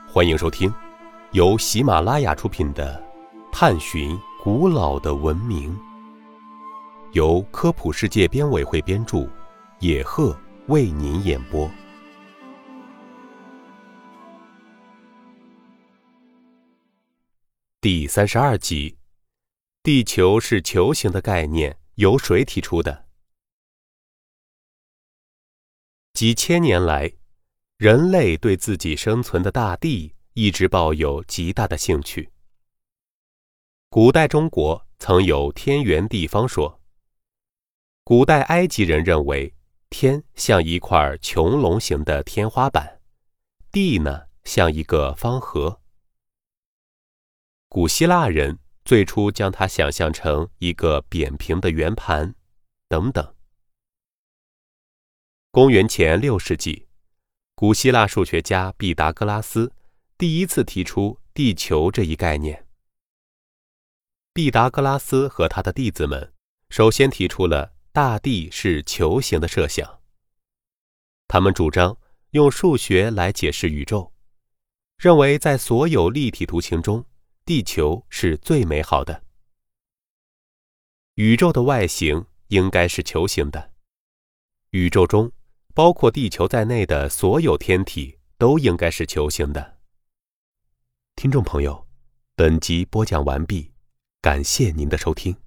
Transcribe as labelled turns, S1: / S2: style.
S1: 欢迎收听由喜马拉雅出品的《探寻古老的文明》，由科普世界编委会编著，野鹤为您演播。第32集，地球是球形的概念由谁提出的？几千年来，人类对自己生存的大地一直抱有极大的兴趣。古代中国曾有天圆地方说，古代埃及人认为天像一块穹隆形的天花板，地呢像一个方盒。古希腊人最初将它想象成一个扁平的圆盘，等等。公元前6世纪，古希腊数学家毕达哥拉斯第一次提出地球这一概念。毕达哥拉斯和他的弟子们首先提出了大地是球形的设想。他们主张用数学来解释宇宙，认为在所有立体图形中，地球是最美好的。宇宙的外形应该是球形的。宇宙中包括地球在内的所有天体都应该是球形的。听众朋友，本集播讲完毕，感谢您的收听。